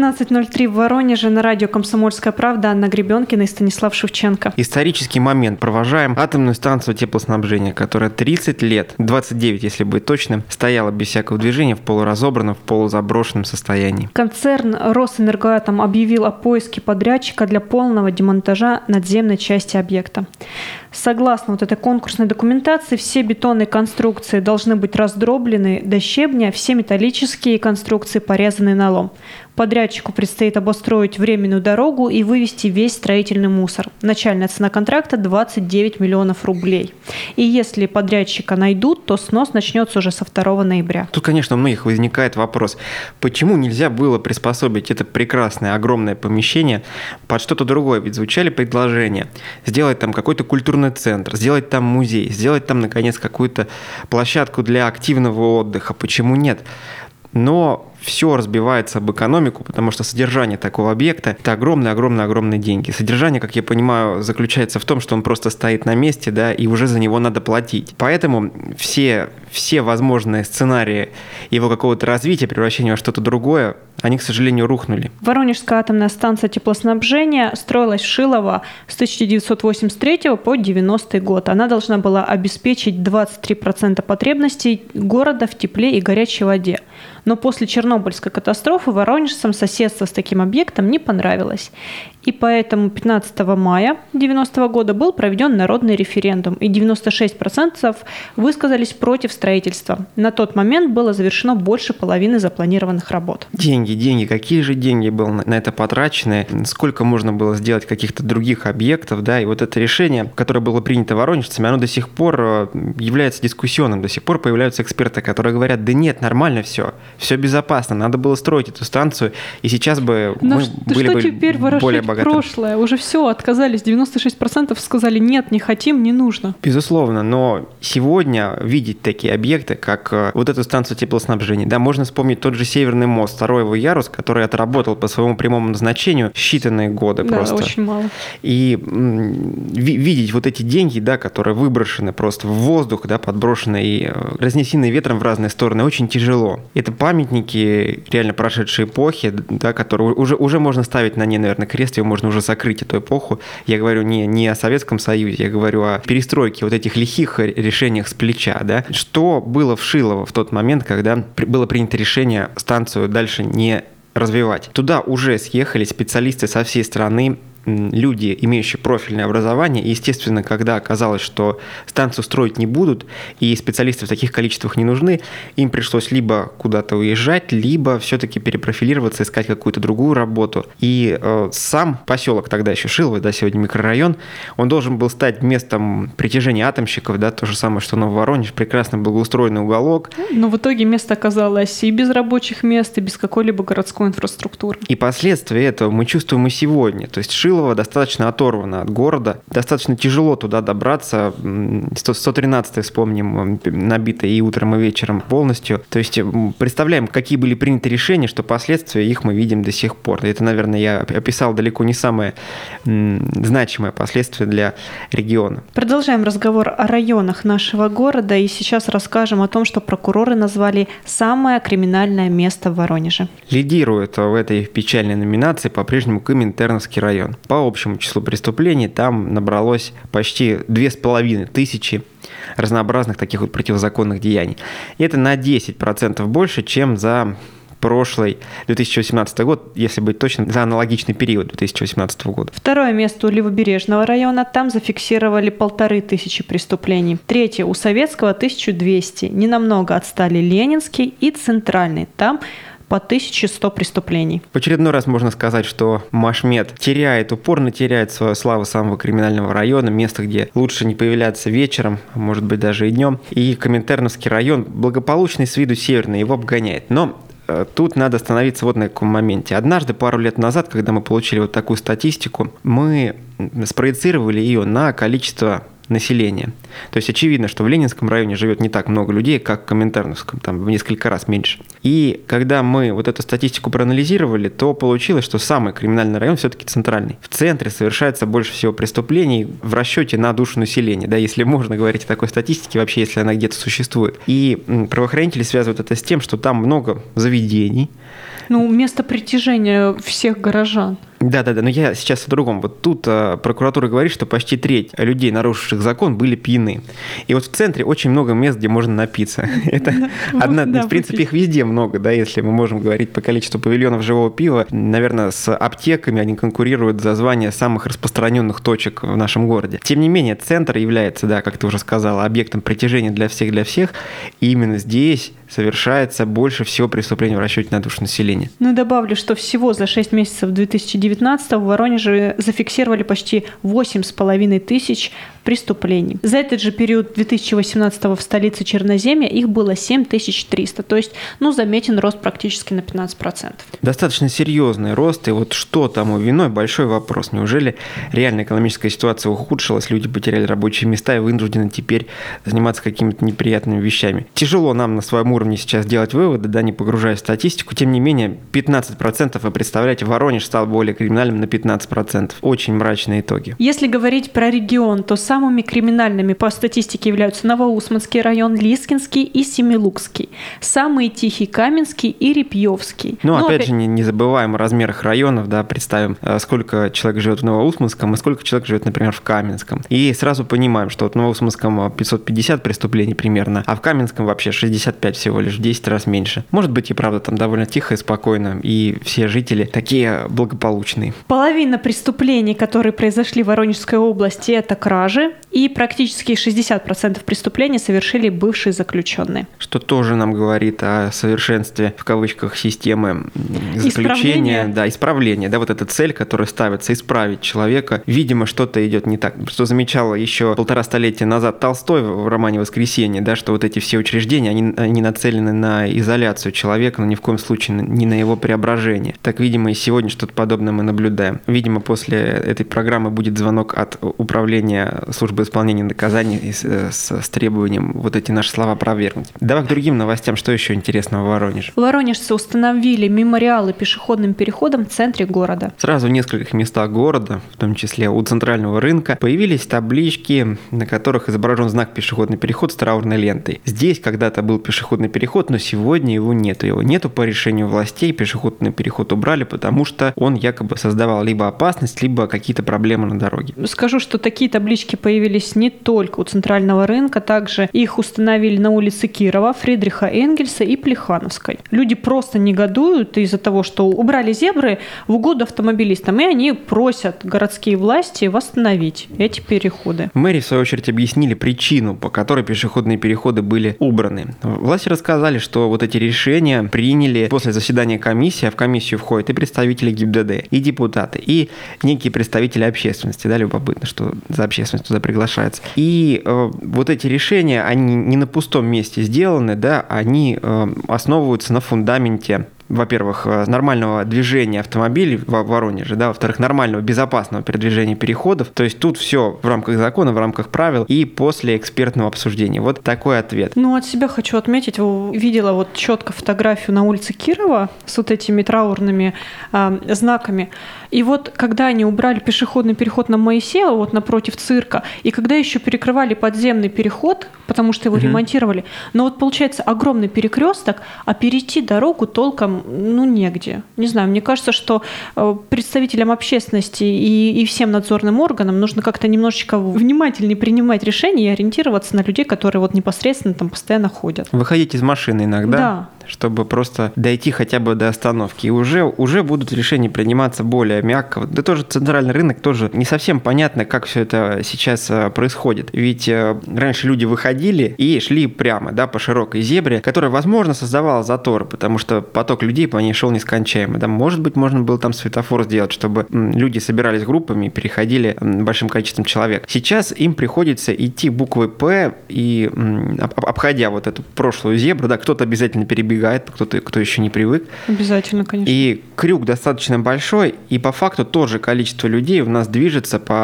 13:03 в Воронеже. На радио «Комсомольская правда» Анна Гребенкина и Станислав Шевченко. Исторический момент. Провожаем атомную станцию теплоснабжения, которая 30 лет, 29, если быть точным, стояла без всякого движения в полуразобранном, в полузаброшенном состоянии. Концерн «Росэнергоатом» объявил о поиске подрядчика для полного демонтажа надземной части объекта. Согласно вот этой конкурсной документации, все бетонные конструкции должны быть раздроблены до щебня, все металлические конструкции порезаны на лом. Подрядчику предстоит обустроить временную дорогу и вывести весь строительный мусор. Начальная цена контракта – 29 миллионов рублей. И если подрядчика найдут, то снос начнется уже со 2 ноября. Тут, конечно, у многих возникает вопрос, почему нельзя было приспособить это прекрасное, огромное помещение под что-то другое? Ведь звучали предложения сделать там какой-то культурный центр, сделать там музей, сделать там, наконец, какую-то площадку для активного отдыха. Почему нет? Но все разбивается об экономику, потому что содержание такого объекта – это огромные деньги. Содержание, как я понимаю, заключается в том, что он просто стоит на месте, да, и уже за него надо платить. Поэтому все возможные сценарии его какого-то развития, превращения во что-то другое, они, к сожалению, рухнули. Воронежская атомная станция теплоснабжения строилась в Шилово с 1983 по 1990 год. Она должна была обеспечить 23% потребностей города в тепле и горячей воде. Но после Чернобыльской катастрофы воронежцам соседство с таким объектом не понравилось. И поэтому 15 мая 1990 года был проведен народный референдум, и 96% высказались против строительства. На тот момент было завершено больше половины запланированных работ. Деньги, какие же деньги были на это потрачены, сколько можно было сделать каких-то других объектов, да, и вот это решение, которое было принято воронежцами, оно до сих пор является дискуссионным, до сих пор появляются эксперты, которые говорят, да нет, нормально все безопасно, надо было строить эту станцию, и сейчас бы мы были бы более богаты. Прошлое, уже все, отказались, 96% сказали нет, не хотим, не нужно. Безусловно, но сегодня видеть такие объекты, как вот эту станцию теплоснабжения, да, можно вспомнить тот же Северный мост, второй его ярус, который отработал по своему прямому назначению считанные годы просто. Да, очень мало. И видеть вот эти деньги, да, которые выброшены просто в воздух, да, подброшены и разнесены ветром в разные стороны, очень тяжело. Это памятники реально прошедшей эпохи, да, которые уже можно ставить на ней, наверное, крест, ее можно уже закрыть эту эпоху. Я говорю не о Советском Союзе, я говорю о перестройке вот этих лихих решениях с плеча. Да? Что было в Шилово в тот момент, когда было принято решение станцию дальше не развивать? Туда уже съехали специалисты со всей страны, люди, имеющие профильное образование, и, естественно, когда оказалось, что станцию строить не будут, и специалисты в таких количествах не нужны, им пришлось либо куда-то уезжать, либо все-таки перепрофилироваться, искать какую-то другую работу. И сам поселок, тогда еще Шилово, да, сегодня микрорайон, он должен был стать местом притяжения атомщиков, да, то же самое, что Нововоронеж, прекрасно благоустроенный уголок. Но в итоге место оказалось и без рабочих мест, и без какой-либо городской инфраструктуры. И последствия этого мы чувствуем и сегодня. То есть Шилово достаточно оторвано от города, достаточно тяжело туда добраться. 113-й, вспомним, набито и утром, и вечером полностью. То есть представляем, какие были приняты решения, что последствия их мы видим до сих пор. Это, наверное, я описал далеко не самое значимое последствие для региона. Продолжаем разговор о районах нашего города, и сейчас расскажем о том, что прокуроры назвали самое криминальное место в Воронеже. Лидирует в этой печальной номинации по-прежнему Коминтерновский район. По общему числу преступлений там набралось почти 2500 разнообразных таких вот противозаконных деяний. И это на 10% больше, чем за прошлый 2018 год, если быть точным, за аналогичный период 2018 года. Второе место у Левобережного района. Там зафиксировали 1500 преступлений. Третье у Советского 1200. Ненамного отстали Ленинский и Центральный. Там по 1100 преступлений. В очередной раз можно сказать, что Машмед упорно теряет свою славу самого криминального района, место, где лучше не появляться вечером, может быть, даже и днем. И Коминтерновский район, благополучный с виду северный, его обгоняет. Но тут надо остановиться вот на каком моменте. Однажды, пару лет назад, когда мы получили вот такую статистику, мы спроецировали ее на количество населения. То есть очевидно, что в Ленинском районе живет не так много людей, как в Коминтерновском, там в несколько раз меньше. И когда мы вот эту статистику проанализировали, то получилось, что самый криминальный район все-таки центральный. В центре совершается больше всего преступлений в расчете на душу населения, да, если можно говорить о такой статистике, вообще, если она где-то существует. И правоохранители связывают это с тем, что там много заведений, Ну, место притяжения всех горожан. Да-да-да, но я сейчас о другом. Вот тут прокуратура говорит, что почти треть людей, нарушивших закон, были пьяны. И вот в центре очень много мест, где можно напиться. Это в принципе, их везде много, да, если мы можем говорить по количеству павильонов живого пива. Наверное, с аптеками они конкурируют за звание самых распространенных точек в нашем городе. Тем не менее, центр является, да, как ты уже сказала, объектом притяжения для всех, и именно здесь совершается больше всего преступлений в расчете на душу населения. Ну, добавлю, что всего за 6 месяцев 2019 в Воронеже зафиксировали почти 8,5 тысяч преступлений. За этот же период 2018 в столице Черноземья их было 7300, то есть, заметен рост практически на 15%. Достаточно серьезный рост, и вот что тому виной, большой вопрос. Неужели реально экономическая ситуация ухудшилась, люди потеряли рабочие места и вынуждены теперь заниматься какими-то неприятными вещами? Тяжело нам на своем уровне сейчас делать выводы, да, не погружаясь в статистику, тем не менее, 15%, вы представляете, Воронеж стал более криминальным на 15%. Очень мрачные итоги. Если говорить про регион, то самыми криминальными по статистике являются Новоусманский район, Лискинский и Семилукский. Самые тихие Каменский и Репьевский. Опять же, не забываем о размерах районов, да, представим, сколько человек живет в Новоусманском и сколько человек живет, например, в Каменском. И сразу понимаем, что в Новоусманском 550 преступлений примерно, а в Каменском вообще 65 всего лишь, в 10 раз меньше. Может быть и правда там довольно тихо и спокойно, и все жители такие благополучные. Половина преступлений, которые произошли в Воронежской области, это кражи, и практически 60% преступлений совершили бывшие заключенные. Что тоже нам говорит о совершенстве, в кавычках, системы заключения. Исправления. Да, вот эта цель, которая ставится, исправить человека. Видимо, что-то идет не так. Что замечал еще 1,5 столетия назад Толстой в романе «Воскресенье», да, что вот эти все учреждения, они нацелены на изоляцию человека, но ни в коем случае не на его преображение. Так, видимо, и сегодня что-то подобное мы наблюдаем. Видимо, после этой программы будет звонок от управления службы исполнения наказаний с требованием вот эти наши слова опровергнуть. Давай к другим новостям. Что еще интересного в Воронеже? Воронежцы установили мемориалы пешеходным переходам в центре города. Сразу в нескольких местах города, в том числе у центрального рынка, появились таблички, на которых изображен знак «Пешеходный переход» с траурной лентой. Здесь когда-то был пешеходный переход, но сегодня его нету. Его нету по решению властей, пешеходный переход убрали, потому что он якобы создавал либо опасность, либо какие-то проблемы на дороге. Скажу, что такие таблички появились не только у центрального рынка, также их установили на улице Кирова, Фридриха Энгельса и Плехановской. Люди просто негодуют из-за того, что убрали зебры в угоду автомобилистам, и они просят городские власти восстановить эти переходы. В мэрии, в свою очередь, объяснили причину, по которой пешеходные переходы были убраны. Власти рассказали, что вот эти решения приняли после заседания комиссии, а в комиссию входят и представители ГИБДД, и депутаты, и некие представители общественности. Да, любопытно, что за общественность туда приглашается. И вот эти решения, они не на пустом месте сделаны, да, они основываются на фундаменте, во-первых, нормального движения автомобилей в Воронеже, да, во-вторых, нормального безопасного передвижения переходов. То есть тут все в рамках закона, в рамках правил и после экспертного обсуждения. Вот такой ответ. От себя хочу отметить, видела вот четко фотографию на улице Кирова с вот этими траурными знаками. И вот когда они убрали пешеходный переход на Моисеева, вот напротив цирка, и когда еще перекрывали подземный переход, потому что его ремонтировали, но вот получается огромный перекресток, а перейти дорогу толком негде. Не знаю, мне кажется, что представителям общественности и всем надзорным органам нужно как-то немножечко внимательнее принимать решения и ориентироваться на людей, которые вот непосредственно там постоянно ходят. Выходить из машины иногда. Да. Чтобы просто дойти хотя бы до остановки. И уже будут решения приниматься более мягко. Да тоже центральный рынок тоже не совсем понятно, как все это сейчас происходит. Ведь раньше люди выходили и шли прямо, да, по широкой зебре, которая, возможно, создавала заторы, потому что поток людей по ней шел нескончаемо. Да, может быть, можно было там светофор сделать, чтобы люди собирались группами и переходили большим количеством человек. Сейчас им приходится идти буквой «П» и обходя вот эту прошлую зебру, да, кто-то обязательно перебегает, кто еще не привык. Обязательно, конечно. И крюк достаточно большой, и по факту тоже количество людей у нас движется по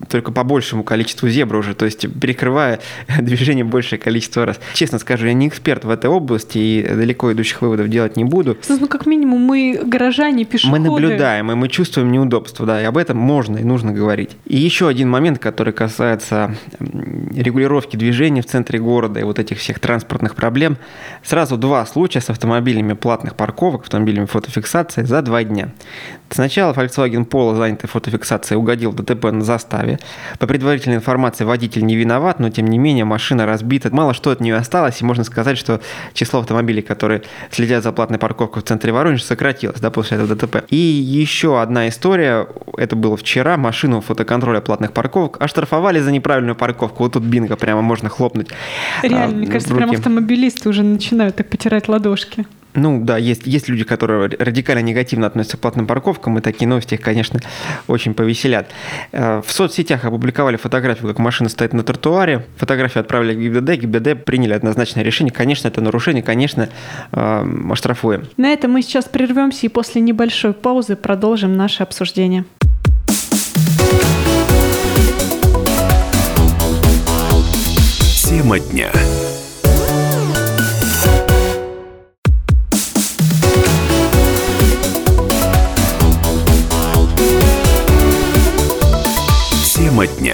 только по большему количеству зебр уже, то есть перекрывая движение большее количество раз. Честно скажу, я не эксперт в этой области и далеко идущих выводов делать не буду. Ну, как минимум, мы горожане, пешеходы. Мы наблюдаем, и мы чувствуем неудобство, да, и об этом можно и нужно говорить. И еще один момент, который касается регулировки движения в центре города и вот этих всех транспортных проблем. Сразу 2 случая с автомобилями платных парковок, автомобилями фотофиксации за 2 дня. Сначала Volkswagen Polo, занятый фотофиксацией, угодил в ДТП на заставе. По предварительной информации, водитель не виноват, но тем не менее машина разбита. Мало что от нее осталось, и можно сказать, что число автомобилей, которые следят за платной парковкой в центре Воронежа, сократилось, да, после этого ДТП. И еще одна история, это было вчера, машину фотоконтроля платных парковок оштрафовали за неправильную парковку. Вот тут бинго, прямо можно хлопнуть. Реально, мне кажется, прям автомобилисты уже начинают так потирать ладошки. Ну да, есть люди, которые радикально негативно относятся к платным парковкам, и такие новости их, конечно, очень повеселят. В соцсетях опубликовали фотографию, как машина стоит на тротуаре. Фотографию отправили в ГИБДД. ГИБДД приняли однозначное решение. Конечно, это нарушение, конечно, оштрафуем. На этом мы сейчас прервемся и после небольшой паузы продолжим наше обсуждение. Тема дня. Тема дня.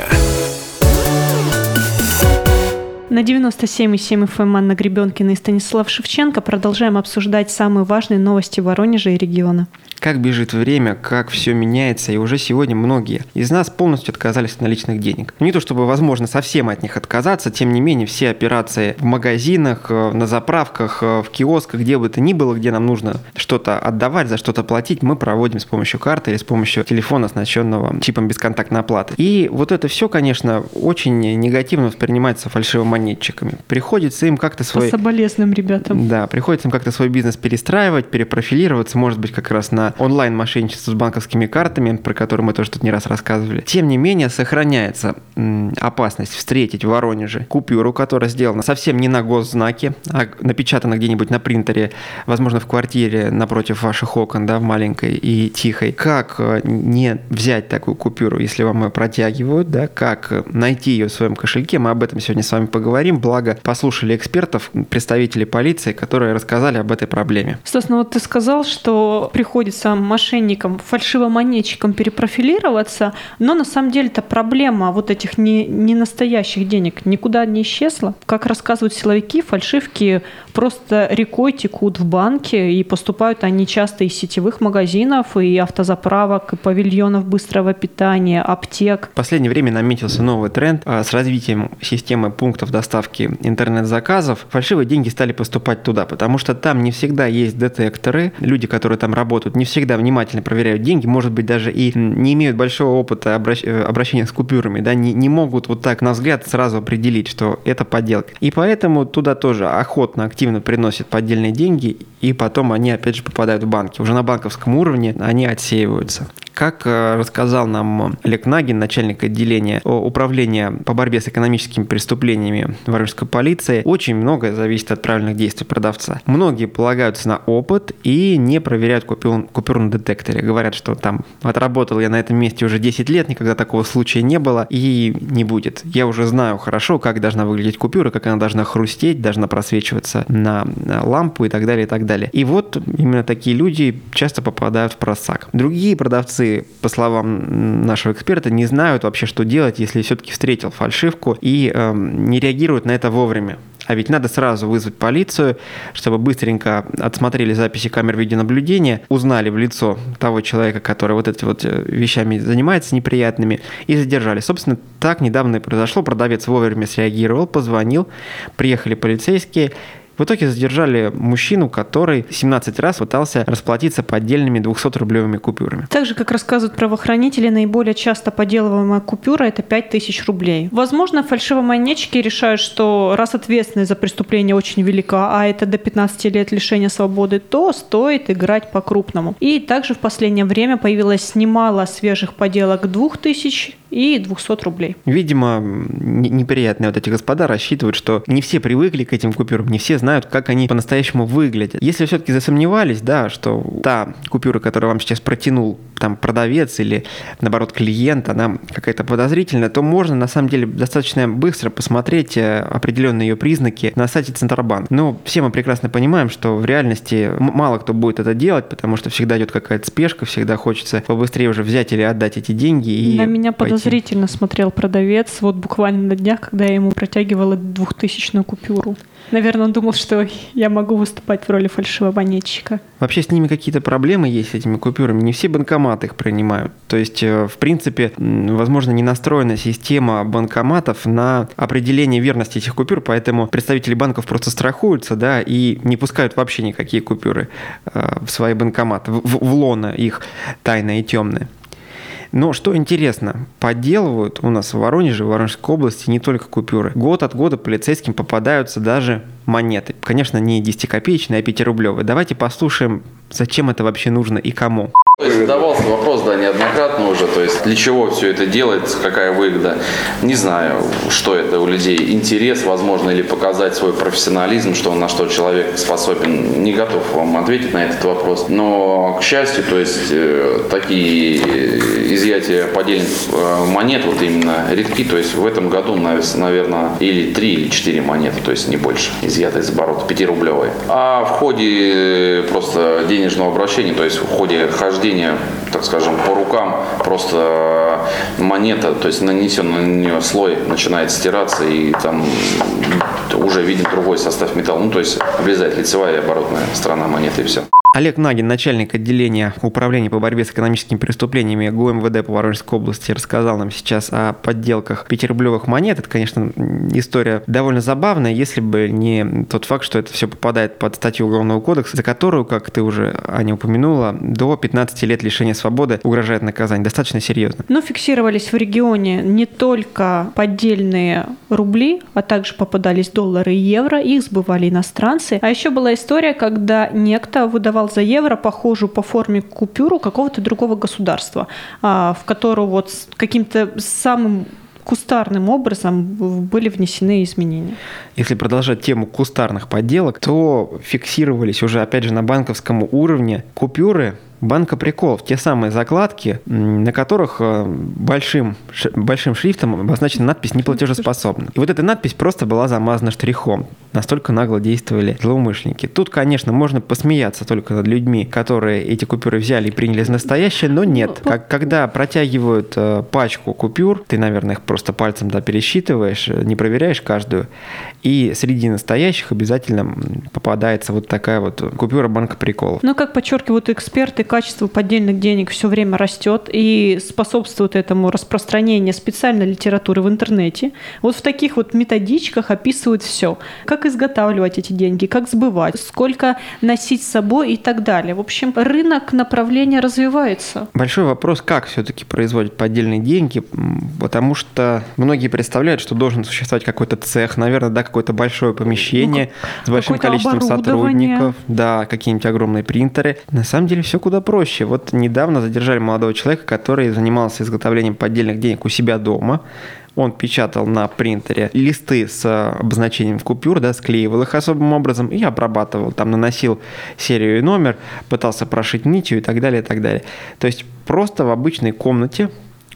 На 97,7 FM Анна Гребенкина и Станислав Шевченко продолжаем обсуждать самые важные новости Воронежа и региона. Как бежит время, как все меняется, и уже сегодня многие из нас полностью отказались от наличных денег. Не то чтобы возможно совсем от них отказаться, тем не менее все операции в магазинах, на заправках, в киосках, где бы то ни было, где нам нужно что-то отдавать, за что-то платить, мы проводим с помощью карты или с помощью телефона, оснащенного чипом бесконтактной оплаты. И вот это все, конечно, очень негативно воспринимается фальшивомонетчиками. Приходится им как-то свой... По соболезнуем ребятам. Да, приходится им как-то свой бизнес перестраивать, перепрофилироваться, может быть, как раз на онлайн-мошенничество с банковскими картами, про которые мы тоже тут не раз рассказывали. Тем не менее, сохраняется опасность встретить в Воронеже купюру, которая сделана совсем не на госзнаке, а напечатана где-нибудь на принтере, возможно, в квартире напротив ваших окон, да, в маленькой и тихой. Как не взять такую купюру, если вам ее протягивают, да, как найти ее в своем кошельке, мы об этом сегодня с вами поговорим, благо послушали экспертов, представителей полиции, которые рассказали об этой проблеме. Собственно, вот ты сказал, что приходится мошенникам, фальшивомонетчикам перепрофилироваться, но на самом деле это проблема вот этих не настоящих денег никуда не исчезла. Как рассказывают силовики, фальшивки просто рекой текут в банки, и поступают они часто из сетевых магазинов, и автозаправок, и павильонов быстрого питания, аптек. В последнее время наметился новый тренд с развитием системы пунктов доставки интернет-заказов. Фальшивые деньги стали поступать туда, потому что там не всегда есть детекторы. Люди, которые там работают, не всегда внимательно проверяют деньги, может быть, даже и не имеют большого опыта обращения с купюрами, да, не могут вот так на взгляд сразу определить, что это подделка. И поэтому туда тоже охотно, активно приносят поддельные деньги, и потом они опять же попадают в банки. Уже на банковском уровне они отсеиваются. Как рассказал нам Олег Нагин, начальник отделения управления по борьбе с экономическими преступлениями Воронежской полиции, очень многое зависит от правильных действий продавца. Многие полагаются на опыт и не проверяют купюру на детекторе. Говорят, что там отработал я на этом месте уже 10 лет, никогда такого случая не было и не будет. Я уже знаю хорошо, как должна выглядеть купюра, как она должна хрустеть, должна просвечиваться на лампу и так далее, и так далее. И вот именно такие люди часто попадают в просак. Другие продавцы, по словам нашего эксперта, не знают вообще, что делать, если все-таки встретил фальшивку и не реагируют на это вовремя. А ведь надо сразу вызвать полицию, чтобы быстренько отсмотрели записи камер видеонаблюдения, узнали в лицо того человека, который вот этими вот вещами занимается неприятными, и задержали. Собственно, так недавно и произошло. Продавец вовремя среагировал, позвонил, приехали полицейские. В итоге задержали мужчину, который 17 раз пытался расплатиться поддельными 200-рублевыми купюрами. Так же, как рассказывают правоохранители, наиболее часто подделываемая купюра – это 5000 рублей. Возможно, фальшивомонетчики решают, что раз ответственность за преступление очень велика, а это до 15 лет лишения свободы, то стоит играть по-крупному. И также в последнее время появилось немало свежих подделок 2000 и 200 рублей. Видимо, неприятные вот эти господа рассчитывают, что не все привыкли к этим купюрам, не все знают, как они по-настоящему выглядят. Если все-таки засомневались, да, что та купюра, которую вам сейчас протянул там продавец или, наоборот, клиент, она какая-то подозрительная, то можно, на самом деле, достаточно быстро посмотреть определенные ее признаки на сайте Центробанка. Но все мы прекрасно понимаем, что в реальности мало кто будет это делать, потому что всегда идет какая-то спешка, всегда хочется побыстрее уже взять или отдать эти деньги и на меня пойти. Подозрительно смотрел продавец вот буквально на днях, когда я ему протягивала 2000-ную купюру. Наверное, он думал, что я могу выступать в роли фальшивомонетчика. Вообще с ними какие-то проблемы есть, с этими купюрами. Не все банкоматы их принимают. То есть, в принципе, возможно, не настроена система банкоматов на определение верности этих купюр, поэтому представители банков просто страхуются, да, и не пускают вообще никакие купюры в свои банкоматы, в лоно их тайное и темное. Но что интересно, подделывают у нас в Воронеже, в Воронежской области не только купюры. Год от года полицейским попадаются даже монеты. Конечно, не 10-копеечные, а 5-рублевые. Давайте послушаем, зачем это вообще нужно и кому. То есть задавался вопрос, да, неоднократно уже, то есть для чего все это делается, какая выгода. Не знаю, что это у людей, интерес, возможно, или показать свой профессионализм, что на что человек способен. Не готов вам ответить на этот вопрос. Но, к счастью, то есть такие изъятия поддельных монет, вот именно редки, то есть в этом году, наверное, или 3, или 4 монеты, то есть не больше, изъяты из оборота, 5-рублевые. А в ходе просто денежного обращения, то есть в ходе хождения, так скажем, по рукам, просто монета, то есть нанесен на нее слой, начинает стираться, и там уже виден другой состав металла. Ну, то есть облезает лицевая и оборотная сторона монеты, и все. Олег Нагин, начальник отделения Управления по борьбе с экономическими преступлениями ГУМВД по Воронежской области, рассказал нам сейчас о подделках 5-рублевых монет. Это, конечно, история довольно забавная, если бы не тот факт, что это все попадает под статью Уголовного кодекса, за которую, как ты уже, Аня, упомянула, до 15 лет лишения свободы угрожает наказание. Достаточно серьезно. Но фиксировались в регионе не только поддельные рубли, а также попадались доллары и евро, их сбывали иностранцы. А еще была история, когда некто выдавал за евро похожую по форме купюру какого-то другого государства, в которую вот с каким-то самым кустарным образом были внесены изменения. Если продолжать тему кустарных подделок, то фиксировались уже, опять же, на банковском уровне купюры банка приколов, те самые закладки, на которых большим шрифтом обозначена надпись «Неплатежеспособна». И вот эта надпись просто была замазана штрихом. Настолько нагло действовали злоумышленники. Тут, конечно, можно посмеяться только над людьми, которые эти купюры взяли и приняли за настоящие, но нет. Когда протягивают пачку купюр, ты, наверное, их просто пальцем пересчитываешь, не проверяешь каждую, и среди настоящих обязательно попадается вот такая вот купюра банка приколов. Но, как подчеркивают эксперты, качество поддельных денег все время растет, и способствует этому распространение специальной литературы в интернете. Вот в таких вот методичках описывают все. Как изготавливать эти деньги, как сбывать, сколько носить с собой и так далее. В общем, рынок направления развивается. Большой вопрос, как все-таки производят поддельные деньги, потому что многие представляют, что должен существовать какой-то цех, наверное, да, какое-то большое помещение с большим количеством сотрудников, да, какие-нибудь огромные принтеры. На самом деле все куда проще. Вот недавно задержали молодого человека, который занимался изготовлением поддельных денег у себя дома. Он печатал на принтере листы с обозначением купюр, да, склеивал их особым образом и обрабатывал. Там наносил серию и номер, пытался прошить нитью и так далее, и так далее. То есть просто в обычной комнате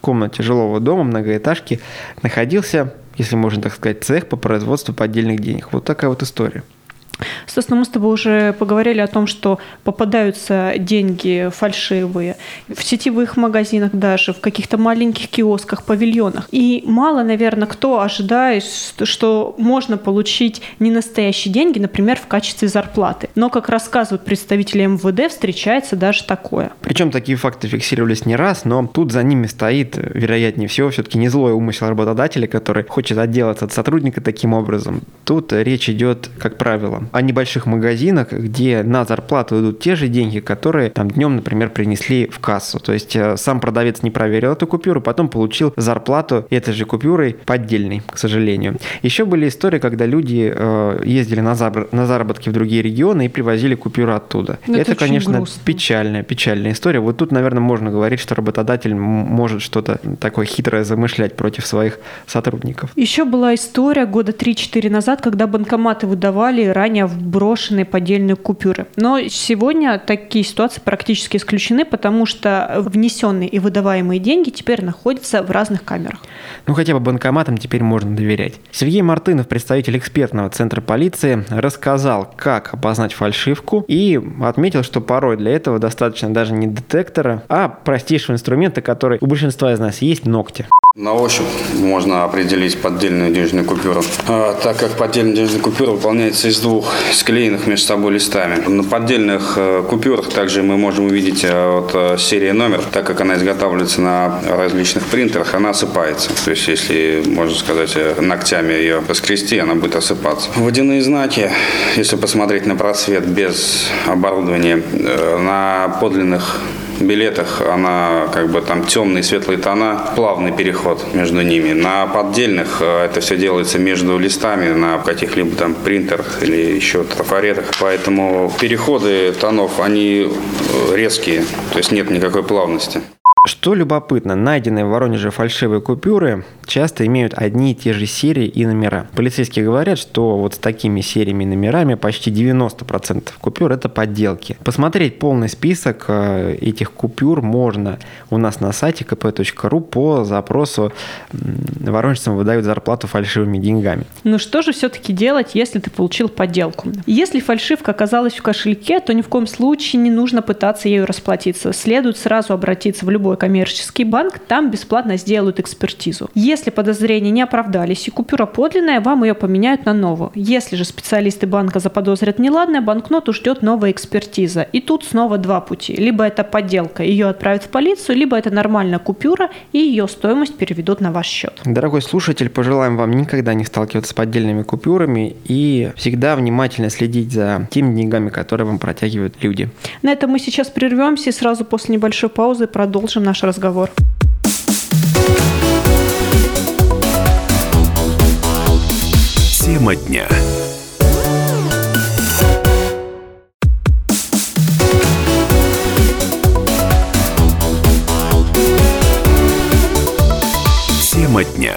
жилого дома, многоэтажки, находился, если можно так сказать, цех по производству поддельных денег. Вот такая вот история. Собственно, мы с тобой уже поговорили о том, что попадаются деньги фальшивые в сетевых магазинах даже, в каких-то маленьких киосках, павильонах. И мало, наверное, кто ожидает, что можно получить ненастоящие деньги, например, в качестве зарплаты. Но, как рассказывают представители МВД, встречается даже такое. Причем такие факты фиксировались не раз, но тут за ними стоит, вероятнее всего, все-таки не злой умысел работодателя, который хочет отделаться от сотрудника таким образом. Тут речь идет, как правило, о небольших магазинах, где на зарплату идут те же деньги, которые там днем, например, принесли в кассу. То есть сам продавец не проверил эту купюру, потом получил зарплату этой же купюрой поддельной, к сожалению. Еще были истории, когда люди ездили на заработки в другие регионы и привозили купюры оттуда. Это конечно, печальная история. Вот тут, наверное, можно говорить, что работодатель может что-то такое хитрое замышлять против своих сотрудников. Еще была история года 3-4 назад, когда банкоматы выдавали ранее попадания в брошенные поддельные купюры. Но сегодня такие ситуации практически исключены, потому что внесенные и выдаваемые деньги теперь находятся в разных камерах. Ну, хотя бы банкоматам теперь можно доверять. Сергей Мартынов, представитель экспертного центра полиции, рассказал, как опознать фальшивку, и отметил, что порой для этого достаточно даже не детектора, а простейшего инструмента, который у большинства из нас есть — ногти. На ощупь можно определить поддельную денежную купюру, так как поддельная денежная купюра выполняется из двух склеенных между собой листами. На поддельных купюрах также мы можем увидеть серия номер, так как она изготавливается на различных принтерах, она осыпается. То есть, если, можно сказать, ногтями ее поскрести, она будет осыпаться. Водяные знаки, если посмотреть на просвет без оборудования, на подлинных билетах она там темные и светлые тона, плавный переход между ними. На поддельных это все делается между листами на каких-либо там принтерах или еще трафаретах. Поэтому переходы тонов, они резкие, то есть нет никакой плавности. Что любопытно, найденные в Воронеже фальшивые купюры часто имеют одни и те же серии и номера. Полицейские говорят, что вот с такими сериями и номерами почти 90% купюр – это подделки. Посмотреть полный список этих купюр можно у нас на сайте kp.ru по запросу «Воронежцам выдают зарплату фальшивыми деньгами». Ну что же все-таки делать, если ты получил подделку? Если фальшивка оказалась в кошельке, то ни в коем случае не нужно пытаться ею расплатиться. Следует сразу обратиться в любой коммерческий банк, там бесплатно сделают экспертизу. Если подозрения не оправдались и купюра подлинная, вам ее поменяют на новую. Если же специалисты банка заподозрят неладное, банкноту ждет новая экспертиза. И тут снова два пути. Либо это подделка, ее отправят в полицию, либо это нормальная купюра, и ее стоимость переведут на ваш счет. Дорогой слушатель, пожелаем вам никогда не сталкиваться с поддельными купюрами и всегда внимательно следить за теми деньгами, которые вам протягивают люди. На этом мы сейчас прервемся и сразу после небольшой паузы продолжим наш разговор. Тема дня. Тема дня.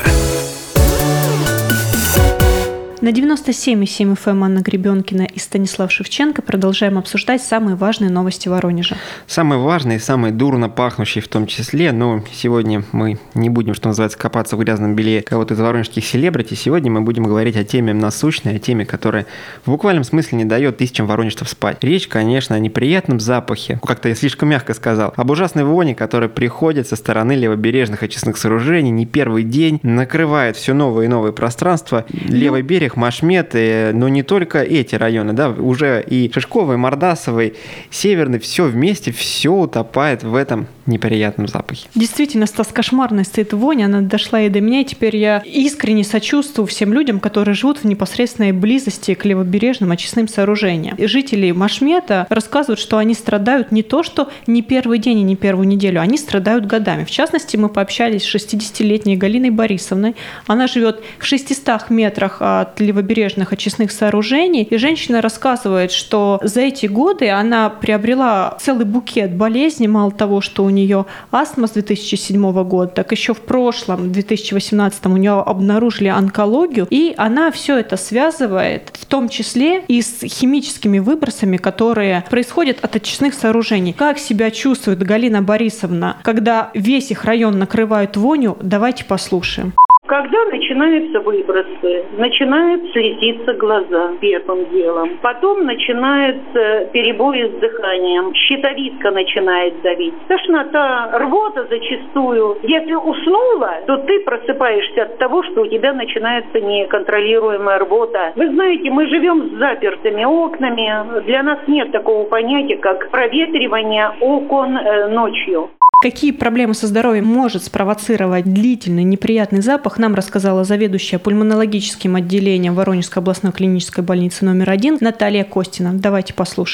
На 97,7 FM Анна Гребенкина и Станислав Шевченко продолжаем обсуждать самые важные новости Воронежа. Самые важные, самые дурно пахнущие в том числе, но сегодня мы не будем, что называется, копаться в грязном белье кого-то из воронежских селебрити. Сегодня мы будем говорить о теме насущной, о теме, которая в буквальном смысле не дает тысячам воронежцев спать. Речь, конечно, о неприятном запахе, как-то я слишком мягко сказал, об ужасной воне, которая приходит со стороны левобережных очистных сооружений, не первый день, накрывает все новые и новые пространства. Левый берег, Машмет, но не только эти районы, да, уже и Шишковый, Мордасовый, Северный, все вместе, все утопает в этом неприятном запахе. Действительно, Стас, кошмарная стоит вонь, она дошла и до меня, и теперь я искренне сочувствую всем людям, которые живут в непосредственной близости к левобережным очистным сооружениям. И жители Машмета рассказывают, что они страдают не то, что не первый день и не первую неделю, они страдают годами. В частности, мы пообщались с 60-летней Галиной Борисовной. Она живет в 600 метрах от левобережных очистных сооружений, и женщина рассказывает, что за эти годы она приобрела целый букет болезней, мало того, что у нее астма с 2007 года, так еще в прошлом, в 2018 у нее обнаружили онкологию, и она все это связывает, в том числе и с химическими выбросами, которые происходят от очистных сооружений. Как себя чувствует Галина Борисовна, когда весь их район накрывают вонью? Давайте послушаем. Когда начинаются выбросы, начинают слезиться глаза первым делом. Потом начинаются перебои с дыханием, щитовидка начинает давить. Тошнота, рвота зачастую. Если уснула, то ты просыпаешься от того, что у тебя начинается неконтролируемая рвота. Вы знаете, мы живем с запертыми окнами. Для нас нет такого понятия, как проветривание окон ночью. Какие проблемы со здоровьем может спровоцировать длительный неприятный запах, нам рассказала заведующая пульмонологическим отделением Воронежской областной клинической больницы номер 1 Наталья Костина. Давайте послушаем.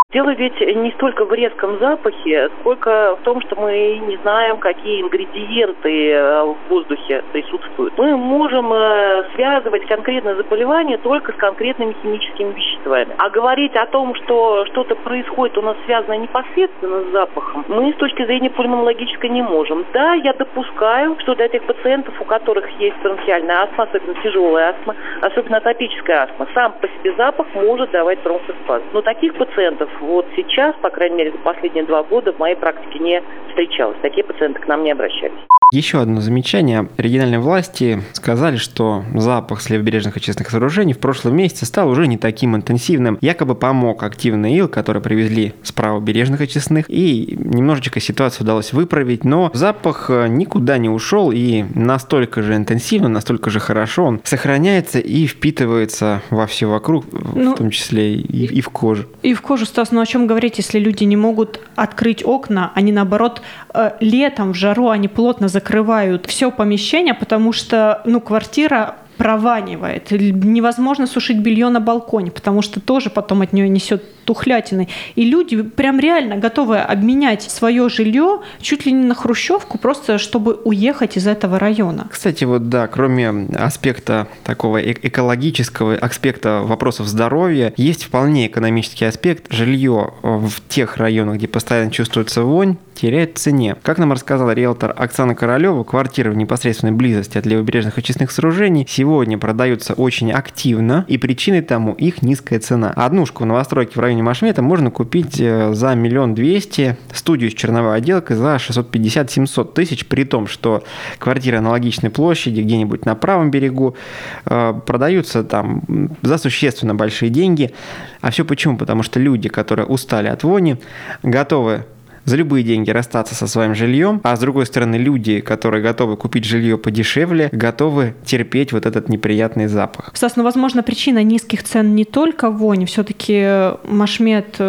Дело ведь не столько в резком запахе, сколько в том, что мы не знаем, какие ингредиенты в воздухе присутствуют. Мы можем связывать конкретное заболевание только с конкретными химическими веществами. А говорить о том, что что-то происходит у нас связано непосредственно с запахом, мы с точки зрения пульмонологической не можем. Да, я допускаю, что для тех пациентов, у которых есть бронхиальная астма, особенно тяжелая астма, особенно атопическая астма, сам по себе запах может давать бронхоспазм. Но таких пациентов вот сейчас, по крайней мере, за последние 2 года в моей практике не встречалось. Такие пациенты к нам не обращались. Еще одно замечание. Региональные власти сказали, что запах с левобережных очистных сооружений в прошлом месяце стал уже не таким интенсивным. Якобы помог активный ил, который привезли с правобережных очистных, и немножечко ситуацию удалось выправить, но запах никуда не ушел, и настолько же интенсивно, настолько же хорошо он сохраняется и впитывается во все вокруг, в том числе и в кожу. И в кожу, Стас, о чем говорить, если люди не могут открыть окна, они наоборот летом в жару они плотно закрывают все помещение, потому что квартира прованивает. Невозможно сушить белье на балконе, потому что тоже потом от нее несет тухлятиной. И люди прям реально готовы обменять свое жилье чуть ли не на хрущевку, просто чтобы уехать из этого района. Кстати, кроме аспекта такого экологического, аспекта вопросов здоровья, есть вполне экономический аспект. Жилье в тех районах, где постоянно чувствуется вонь, теряет в цене. Как нам рассказала риэлтор Оксана Королева, квартиры в непосредственной близости от левобережных очистных сооружений сегодня продаются очень активно, и причиной тому их низкая цена. Однушку в новостройке в районе Машмета можно купить за 1 200 000, студию с черновой отделкой за 650-700 тысяч, при том, что квартиры аналогичной площади где-нибудь на правом берегу продаются там за существенно большие деньги. А все почему? Потому что люди, которые устали от вони, готовы за любые деньги расстаться со своим жильем, а с другой стороны люди, которые готовы купить жилье подешевле, готовы терпеть вот этот неприятный запах. Стас, возможно, причина низких цен не только вони, все-таки Машмет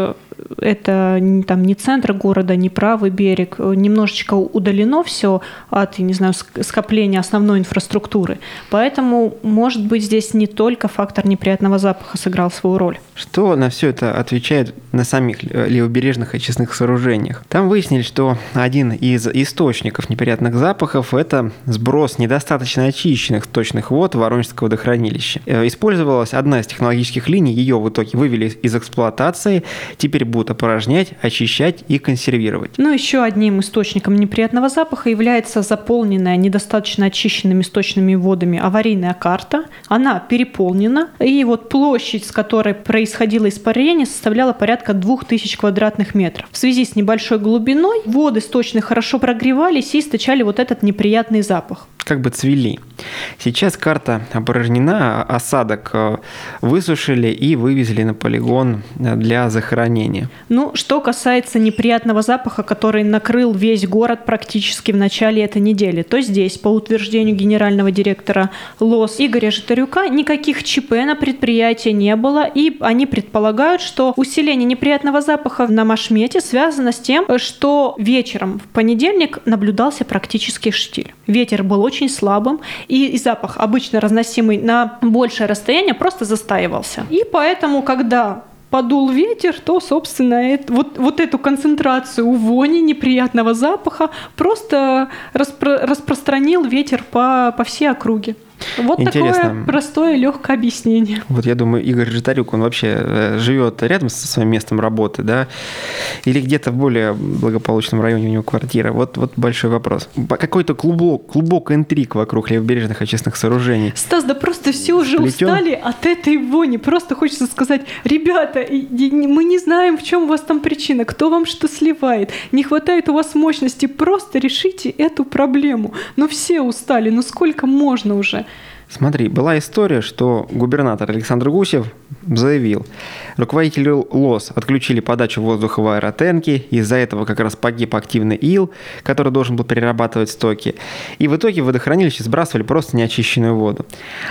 это не центр города, не правый берег, немножечко удалено все от, скопления основной инфраструктуры. Поэтому, может быть, здесь не только фактор неприятного запаха сыграл свою роль. Что на все это отвечает на самих левобережных очистных сооружениях? Там выяснили, что один из источников неприятных запахов – это сброс недостаточно очищенных сточных вод Воронежского водохранилища. Использовалась одна из технологических линий, ее в итоге вывели из эксплуатации, теперь будут опорожнять, очищать и консервировать. Еще одним источником неприятного запаха является заполненная недостаточно очищенными сточными водами аварийная карта. Она переполнена, и площадь, с которой происходило испарение, составляла порядка 2000 квадратных метров. В связи с небольшой глубиной воды сточные хорошо прогревались и источали этот неприятный запах. Как бы цвели. Сейчас карта опорожнена, осадок высушили и вывезли на полигон для захоронения. Что касается неприятного запаха, который накрыл весь город практически в начале этой недели, то здесь, по утверждению генерального директора ЛОС Игоря Житарюка, никаких ЧП на предприятии не было, и они предполагают, что усиление неприятного запаха на Машмете связано с тем, что вечером в понедельник наблюдался практически штиль. Ветер был очень слабым, и запах, обычно разносимый на большее расстояние, просто застаивался. И поэтому, когда подул ветер, то, собственно, эту концентрацию вони, неприятного запаха просто распространил ветер по всей округе. Интересно. Такое простое, легкое объяснение. Я думаю, Игорь Житарюк, он вообще живет рядом со своим местом работы, да? Или где-то в более благополучном районе у него квартира? Вот большой вопрос. Какой-то клубок интриг вокруг левобережных очистных сооружений. Стас, да просто все уже устали от этой вони. Просто хочется сказать: ребята, мы не знаем, в чем у вас там причина, кто вам что сливает. Не хватает у вас мощности, просто решите эту проблему. Все устали, сколько можно уже? Смотри, была история, что губернатор Александр Гусев заявил, руководители ЛОС отключили подачу воздуха в аэротенки, из-за этого как раз погиб активный ил, который должен был перерабатывать стоки, и в итоге в водохранилище сбрасывали просто неочищенную воду.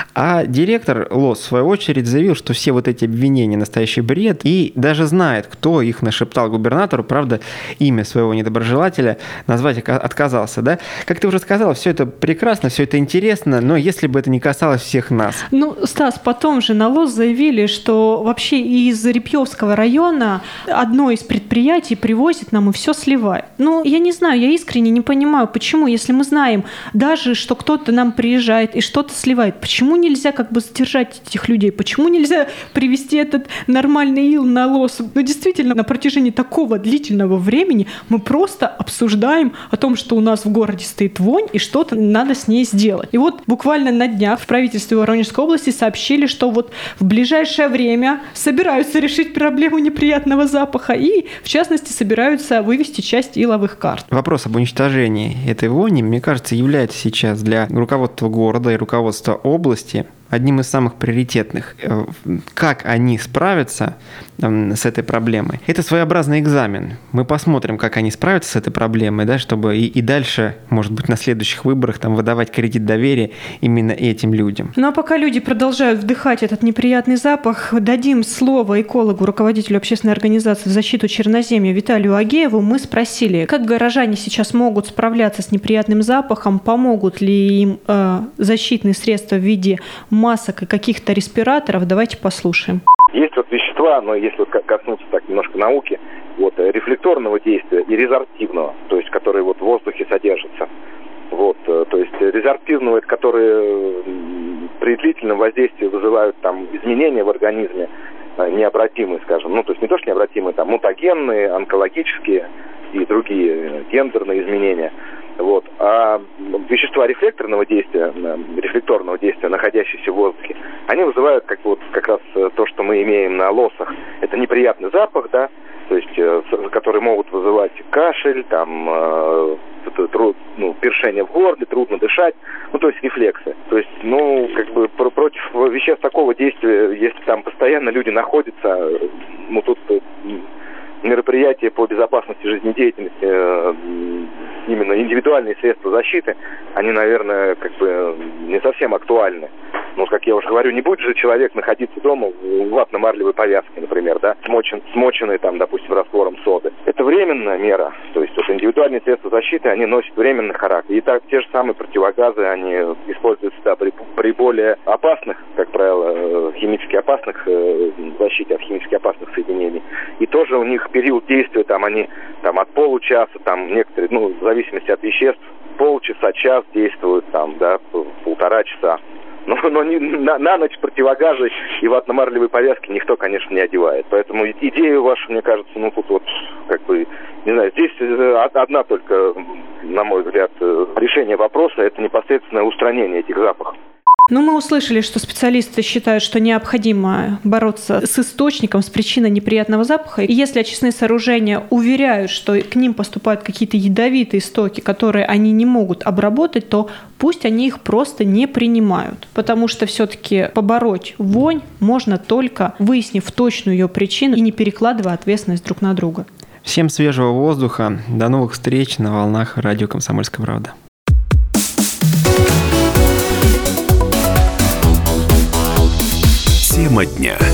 А директор ЛОС в свою очередь заявил, что все эти обвинения настоящий бред, и даже знает, кто их нашептал губернатору, правда, имя своего недоброжелателя назвать отказался, да? Как ты уже сказал, все это прекрасно, все это интересно, но если бы это не касалось всех нас. Ну, Стас, потом же на ЛОС заявили, что вообще из Репьевского района одно из предприятий привозит нам и все сливает. Ну, я не знаю, я искренне не понимаю, почему, если мы знаем даже, что кто-то нам приезжает и что-то сливает, почему нельзя как бы задержать этих людей, почему нельзя привезти этот нормальный ил на ЛОС? Ну, действительно, на протяжении такого длительного времени мы просто обсуждаем о том, что у нас в городе стоит вонь и что-то надо с ней сделать. И вот буквально на днях в правительстве Воронежской области сообщили, что вот в ближайшее время собираются решить проблему неприятного запаха и, в частности, собираются вывести часть иловых карт. Вопрос об уничтожении этой вони, мне кажется, является сейчас для руководства города и руководства области одним из самых приоритетных. Как они справятся с этой проблемой? Это своеобразный экзамен. Мы посмотрим, как они справятся с этой проблемой, да, чтобы и дальше, может быть, на следующих выборах там выдавать кредит доверия именно этим людям. Ну а пока люди продолжают вдыхать этот неприятный запах, дадим слово экологу, руководителю общественной организации в защиту Черноземья Виталию Агееву. Мы спросили, как горожане сейчас могут справляться с неприятным запахом, помогут ли им защитные средства в виде масок и каких-то респираторов. Давайте послушаем. Есть вот вещества, но если коснуться так немножко науки, вот рефлекторного действия и резорптивного, то есть которые вот в воздухе содержатся. Вот, то есть резорптивного, это которые при длительном воздействии вызывают там изменения в организме, необратимые, скажем, ну то есть не то что необратимые, там мутагенные, онкологические и другие гендерные изменения. Вот. А вещества рефлекторного действия, находящиеся в воздухе, они вызывают как раз то, что мы имеем на лосах. Это неприятный запах, да, то есть, которые могут вызывать кашель, там, першение в горле, трудно дышать, ну, то есть рефлексы. То есть, против веществ такого действия, если там постоянно люди находятся, тут мероприятия по безопасности жизнедеятельности, именно индивидуальные средства защиты, они, наверное, не совсем актуальны. Ну, как я уже говорю, не будет же человек находиться дома в ватно-марлевой повязке, например, да, смоченной там, допустим, раствором соды. Это временная мера. То есть вот индивидуальные средства защиты, они носят временный характер. И так те же самые противогазы, они используются при более опасных, как правило, химически опасных, защите от химически опасных соединений. И тоже у них период действия, там они от получаса, там некоторые, в зависимости от веществ, полчаса, час действуют, там, да, полтора часа. Но на ночь противогазы и ватно-марлевые повязки никто, конечно, не одевает. Поэтому идея ваша, мне кажется, не знаю, здесь одна только, на мой взгляд, решение вопроса, это непосредственное устранение этих запахов. Мы услышали, что специалисты считают, что необходимо бороться с источником, с причиной неприятного запаха. И если очистные сооружения уверяют, что к ним поступают какие-то ядовитые стоки, которые они не могут обработать, то пусть они их просто не принимают. Потому что все-таки побороть вонь можно только выяснив точную ее причину и не перекладывая ответственность друг на друга. Всем свежего воздуха. До новых встреч на волнах радио «Комсомольская правда». Тема дня.